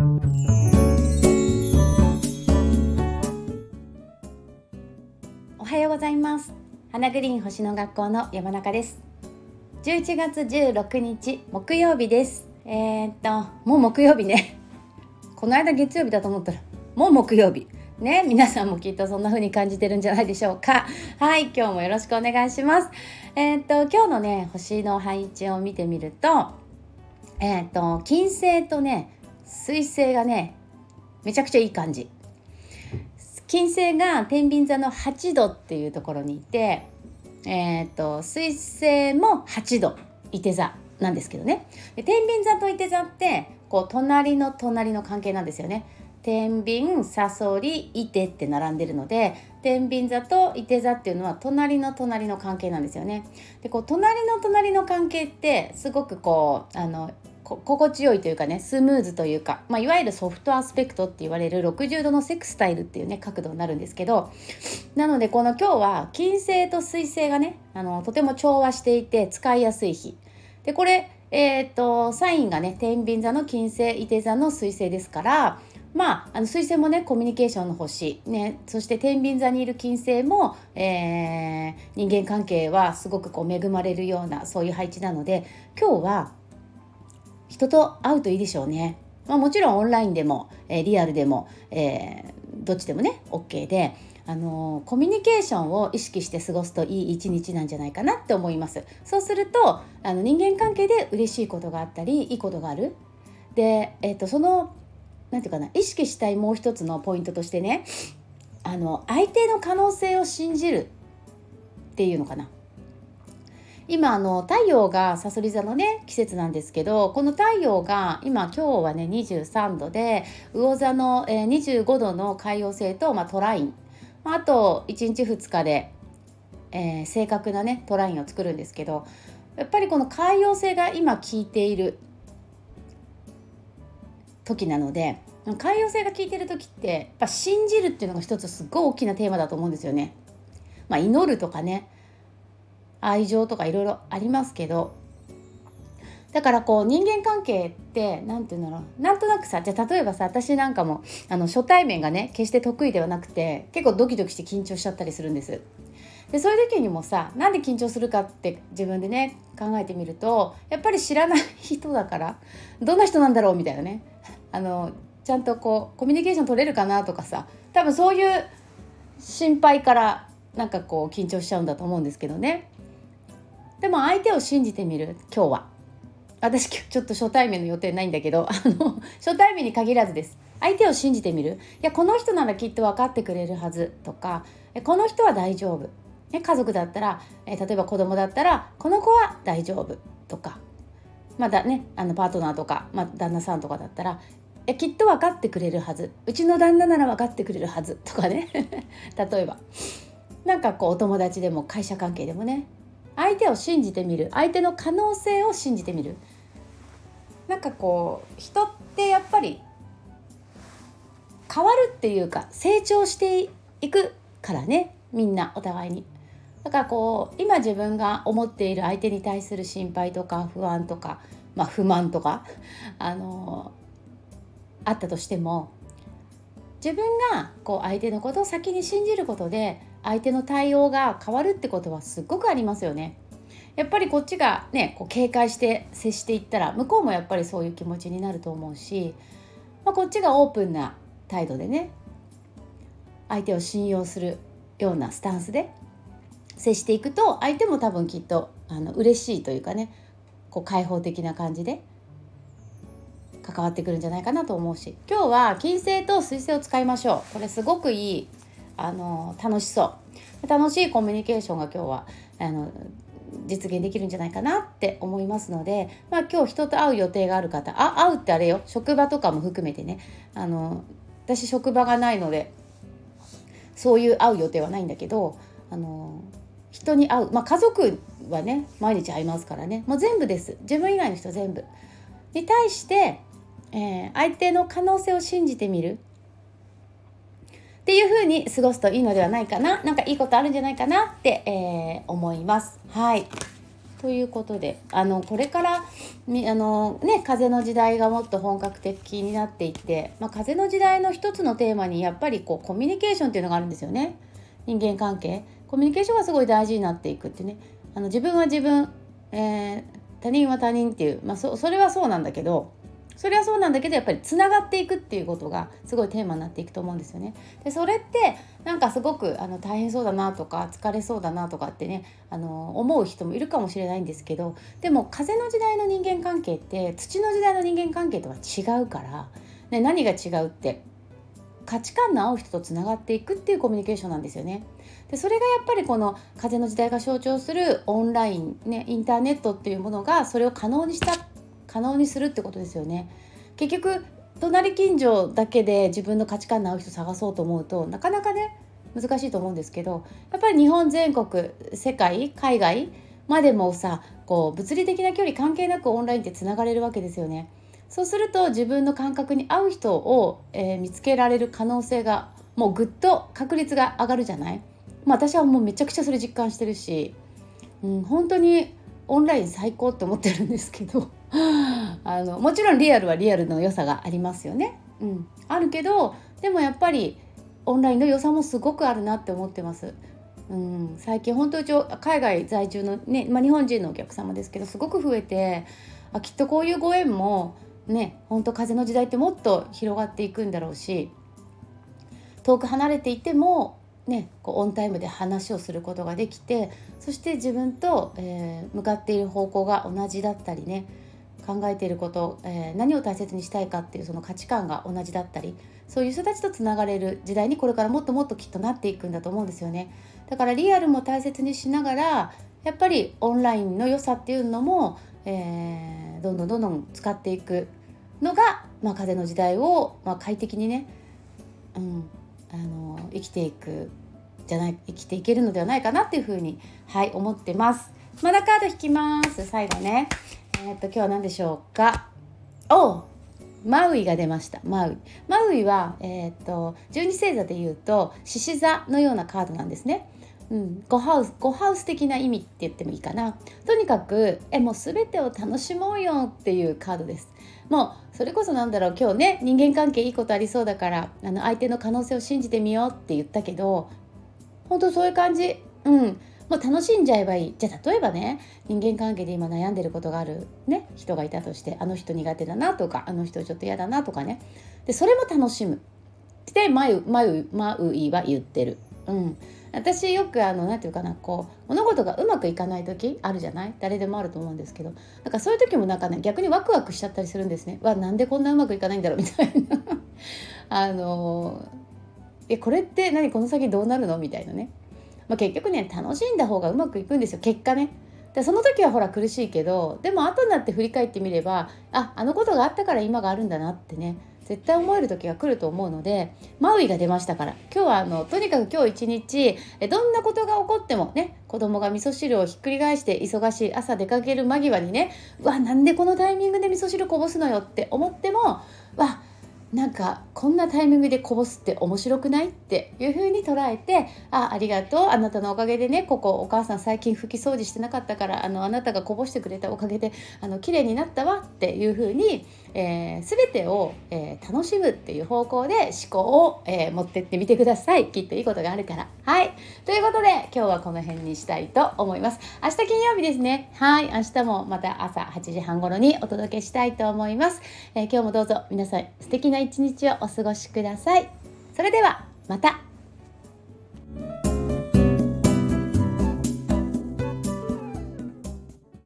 おはようございます。花グリーン星の学校の山中です。11月16日木曜日です。もう木曜日ね。この間月曜日だと思ったらもう木曜日ね。皆さんもきっとそんな風に感じてるんじゃないでしょうか。はい、今日もよろしくお願いします。今日のね星の配置を見てみると、金星とね水星がねめちゃくちゃいい感じ。金星が天秤座の8度っていうところにいて、水星も8度いて座なんですけどね。で天秤座といて座ってこう隣の関係なんですよね。天秤、さそり、いてって並んでるので、天秤座といて座っていうのは隣の関係なんですよね。でこう隣の関係ってすごくこう心地よいというかね、スムーズというか、いわゆるソフトアスペクトって言われる60度のセクスタイルっていうね角度になるんですけど、なので今日は金星と水星がねとても調和していて使いやすい日で、これサインがね天秤座の金星、いて座の水星ですから、水星もねコミュニケーションの星ね、そして天秤座にいる金星も、人間関係はすごく恵まれるようなそういう配置なので、今日は人と会うといいでしょうね。もちろんオンラインでも、リアルでも、どっちでもね OK で、コミュニケーションを意識して過ごすといい一日なんじゃないかなって思います。そうすると人間関係で嬉しいことがあったりいいことがある。で、そのなんていうかな、意識したいもう一つのポイントとしてね、相手の可能性を信じるっていうのかな。今太陽がさそり座のね季節なんですけど、この太陽が今日はね23度で魚座の、25度の海王星と、トライン、あと1日2日で、正確なねトラインを作るんですけど、やっぱりこの海王星が今効いている時なので、海王星が効いている時ってやっぱ信じるっていうのが一つすごい大きなテーマだと思うんですよね。祈るとかね、愛情とかいろいろありますけど、だから人間関係ってなんていうんだろう、なんとなくさ、じゃあ例えばさ、私なんかも初対面がね決して得意ではなくて結構ドキドキして緊張しちゃったりするんです。でそういう時にもさ、なんで緊張するかって自分でね考えてみると、やっぱり知らない人だから、どんな人なんだろうみたいなね、ちゃんとコミュニケーション取れるかなとかさ、多分そういう心配から緊張しちゃうんだと思うんですけどね。でも相手を信じてみる。今日は私ちょっと初対面の予定ないんだけど初対面に限らずです。相手を信じてみる。いやこの人ならきっと分かってくれるはずとか、この人は大丈夫、家族だったら、例えば子供だったらこの子は大丈夫とか、パートナーとか、旦那さんとかだったらきっと分かってくれるはず、うちの旦那なら分かってくれるはずとかね例えばお友達でも会社関係でもね、相手を信じてみる。相手の可能性を信じてみる。人ってやっぱり変わるっていうか成長していくからね、みんなお互いに。だから今自分が思っている相手に対する心配とか不安とか、不満とかあったとしても、自分が相手のことを先に信じることで相手の対応が変わるってことはすっごくありますよね。やっぱりこっちがね警戒して接していったら、向こうもやっぱりそういう気持ちになると思うし、こっちがオープンな態度でね相手を信用するようなスタンスで接していくと、相手も多分きっと嬉しいというかね、開放的な感じで関わってくるんじゃないかなと思うし、今日は金星と水星を使いましょう。これすごくいい楽しそう、楽しいコミュニケーションが今日は実現できるんじゃないかなって思いますので、今日人と会う予定がある方、会うってあれよ、職場とかも含めてね、私職場がないのでそういう会う予定はないんだけど、人に会う、家族はね毎日会いますからね、もう全部です。自分以外の人全部に対して、相手の可能性を信じてみるっていう風に過ごすといいのではないかな。いいことあるんじゃないかなって、思います。はい。 ということでこれから風の時代がもっと本格的になっていって、風の時代の一つのテーマにやっぱりコミュニケーションっていうのがあるんですよね。人間関係、コミュニケーションがすごい大事になっていくってね。自分は自分、他人は他人っていう、それはそうなんだけど、やっぱりつながっていくっていうことがすごいテーマになっていくと思うんですよね。でそれってすごく大変そうだなとか疲れそうだなとかってね思う人もいるかもしれないんですけど、でも風の時代の人間関係って土の時代の人間関係とは違うから、ね、何が違うって価値観の合う人とつながっていくっていうコミュニケーションなんですよね。でそれがやっぱりこの風の時代が象徴するオンライン、インターネットっていうものがそれを可能にするってことですよね。結局隣近所だけで自分の価値観の合う人探そうと思うとなかなかね難しいと思うんですけど、やっぱり日本全国世界海外までも物理的な距離関係なくオンラインってつながれるわけですよね。そうすると自分の感覚に合う人を、見つけられる可能性がもうぐっと確率が上がるじゃない。私はもうめちゃくちゃそれ実感してるし、本当にオンライン最高って思ってるんですけどもちろんリアルはリアルの良さがありますよね、あるけどでもやっぱりオンラインの良さもすごくあるなって思ってます。最近本当に海外在住のね、日本人のお客様ですけどすごく増えて、きっとこういうご縁もね本当風の時代ってもっと広がっていくんだろうし、遠く離れていてもオンタイムで話をすることができて、そして自分と、向かっている方向が同じだったりね、考えていること、何を大切にしたいかっていうその価値観が同じだったり、そういう人たちとつながれる時代にこれからもっともっときっとなっていくんだと思うんですよね。だからリアルも大切にしながらやっぱりオンラインの良さっていうのも、どんどん使っていくのが、風の時代を、快適にね、生きていけるのではないかなっていうふうに、思ってます。まだカード引きます。最後ね、今日は何でしょうか。マウイが出ました。マウイは、12星座でいうと獅子座のようなカードなんですね。5ハウス的な意味って言ってもいいかな。とにかくもう全てを楽しもうよっていうカードです。もうそれこそ今日ね人間関係いいことありそうだから相手の可能性を信じてみようって言ったけど、本当そういう感じ。もう楽しんじゃえばいい。じゃあ例えばね人間関係で今悩んでることがある、人がいたとして、あの人苦手だなとかあの人ちょっと嫌だなとかね、でそれも楽しむってマウイは言ってる。私よくなんていうかな、物事がうまくいかない時あるじゃない。誰でもあると思うんですけど、そういう時も逆にワクワクしちゃったりするんですね。なんでこんなうまくいかないんだろうみたいなこれってこの先どうなるのみたいなね。結局ね楽しんだ方がうまくいくんですよ、結果ね。でその時はほら苦しいけど、でも後になって振り返ってみればあのことがあったから今があるんだなってね、絶対思える時が来ると思うので、マウイが出ましたから今日はとにかく今日一日どんなことが起こってもね、子供が味噌汁をひっくり返して忙しい朝出かける間際にね、なんでこのタイミングで味噌汁こぼすのよって思っても、こんなタイミングでこぼすって面白くないっていう風に捉えて、ありがとう、あなたのおかげでねここお母さん最近拭き掃除してなかったからあなたがこぼしてくれたおかげで綺麗になったわっていう風に、全てを、楽しむっていう方向で思考を、持ってってみてください。きっといいことがあるから。ということで今日はこの辺にしたいと思います。明日金曜日ですね。明日もまた朝8時半頃にお届けしたいと思います。今日もどうぞ皆さん素敵な一日をお過ごしください。それではまた。